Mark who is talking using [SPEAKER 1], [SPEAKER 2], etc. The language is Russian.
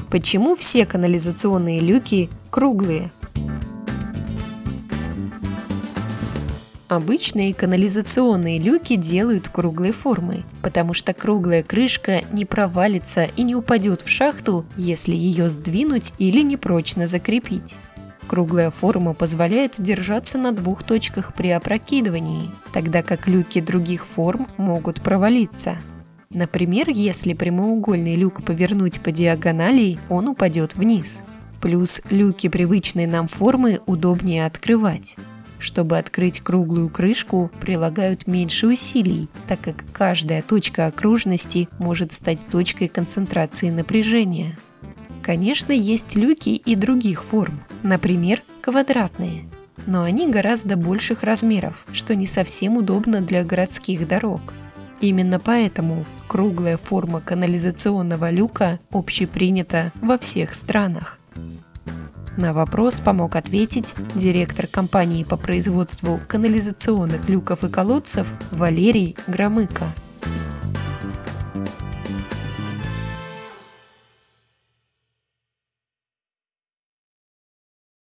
[SPEAKER 1] Почему все канализационные люки круглые? Обычные канализационные люки делают круглой формы, потому что круглая крышка не провалится и не упадет в шахту, если ее сдвинуть или непрочно закрепить. Круглая форма позволяет держаться на двух точках при опрокидывании, тогда как люки других форм могут провалиться. Например, если прямоугольный люк повернуть по диагонали, он упадет вниз. Плюс люки привычной нам формы удобнее открывать. Чтобы открыть круглую крышку, прилагают меньше усилий, так как каждая точка окружности может стать точкой концентрации напряжения. Конечно, есть люки и других форм, например, квадратные, но они гораздо больших размеров, что не совсем удобно для городских дорог. Именно поэтому круглая форма канализационного люка общепринята во всех странах. На вопрос помог ответить директор компании по производству канализационных люков и колодцев Валерий Громыко.